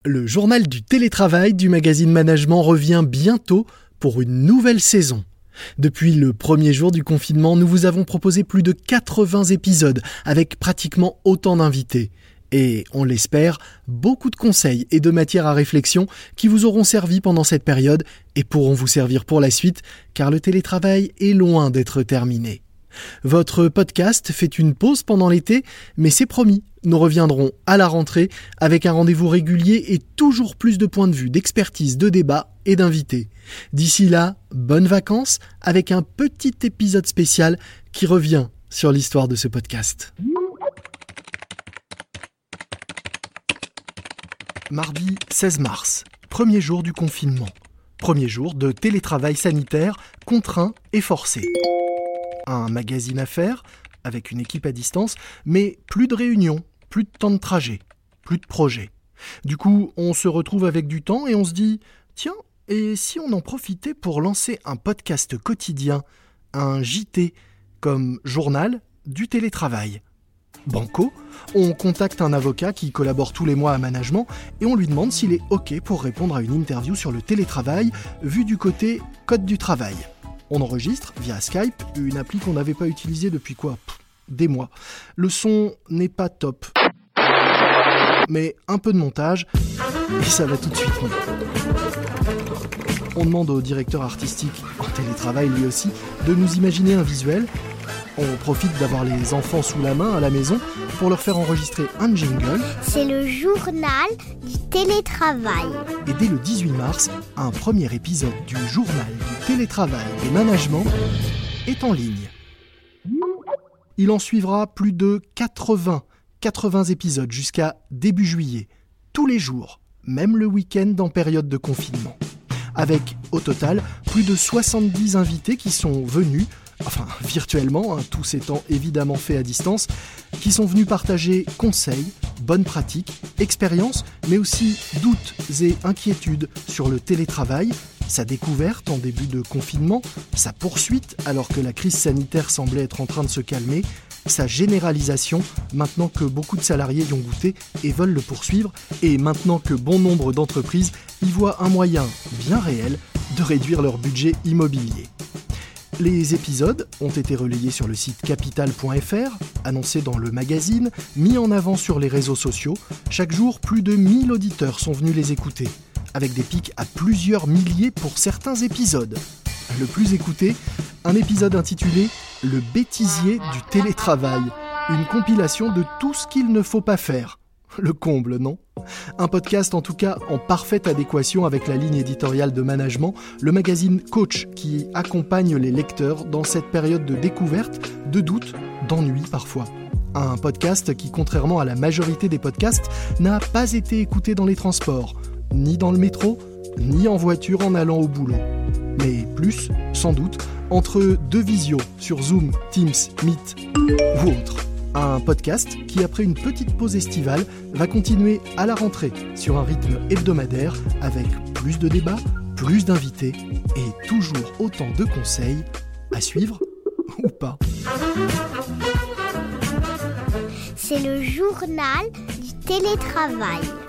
Le journal du télétravail du magazine Management revient bientôt pour une nouvelle saison. Depuis le premier jour du confinement, nous vous avons proposé plus de 80 épisodes avec pratiquement autant d'invités. Et, on l'espère, beaucoup de conseils et de matières à réflexion qui vous auront servi pendant cette période et pourront vous servir pour la suite, car le télétravail est loin d'être terminé. Votre podcast fait une pause pendant l'été, mais c'est promis, nous reviendrons à la rentrée avec un rendez-vous régulier et toujours plus de points de vue, d'expertise, de débats et d'invités. D'ici là, bonnes vacances avec un petit épisode spécial qui revient sur l'histoire de ce podcast. Mardi 16 mars, premier jour du confinement. Premier jour de télétravail sanitaire contraint et forcé. Un magazine à faire, avec une équipe à distance, mais plus de réunions, plus de temps de trajet, plus de projets. Du coup, on se retrouve avec du temps et on se dit « Tiens, et si on en profitait pour lancer un podcast quotidien, un JT, comme journal du télétravail ?» Banco, on contacte un avocat qui collabore tous les mois à Management et on lui demande s'il est OK pour répondre à une interview sur le télétravail, vu du côté code du travail. On enregistre via Skype, une appli qu'on n'avait pas utilisée depuis des mois. Le son n'est pas top, mais un peu de montage et ça va tout de suite mieux. On demande au directeur artistique, en télétravail lui aussi, de nous imaginer un visuel. On profite d'avoir les enfants sous la main à la maison pour leur faire enregistrer un jingle. C'est le journal du télétravail. Et dès le 18 mars, un premier épisode du journal du télétravail de Management est en ligne. Il en suivra plus de 80 épisodes jusqu'à début juillet, tous les jours, même le week-end en période de confinement. Avec, au total, plus de 70 invités qui sont venus, virtuellement, tous étant évidemment faits à distance, qui sont venus partager conseils, bonnes pratiques, expériences, mais aussi doutes et inquiétudes sur le télétravail, sa découverte en début de confinement, sa poursuite alors que la crise sanitaire semblait être en train de se calmer, sa généralisation maintenant que beaucoup de salariés y ont goûté et veulent le poursuivre, et maintenant que bon nombre d'entreprises y voient un moyen bien réel de réduire leur budget immobilier. Les épisodes ont été relayés sur le site capital.fr, annoncés dans le magazine, mis en avant sur les réseaux sociaux. Chaque jour, plus de 1000 auditeurs sont venus les écouter, avec des pics à plusieurs milliers pour certains épisodes. Le plus écouté, un épisode intitulé « Le bêtisier du télétravail », une compilation de tout ce qu'il ne faut pas faire. Le comble, non ? Un podcast en tout cas en parfaite adéquation avec la ligne éditoriale de Management, le magazine Coach qui accompagne les lecteurs dans cette période de découverte, de doute, d'ennui parfois. Un podcast qui, contrairement à la majorité des podcasts, n'a pas été écouté dans les transports, ni dans le métro, ni en voiture en allant au boulot. Mais plus, sans doute, entre deux visios sur Zoom, Teams, Meet ou autre. Un podcast qui, après une petite pause estivale, va continuer à la rentrée sur un rythme hebdomadaire avec plus de débats, plus d'invités et toujours autant de conseils à suivre ou pas. C'est le journal du télétravail.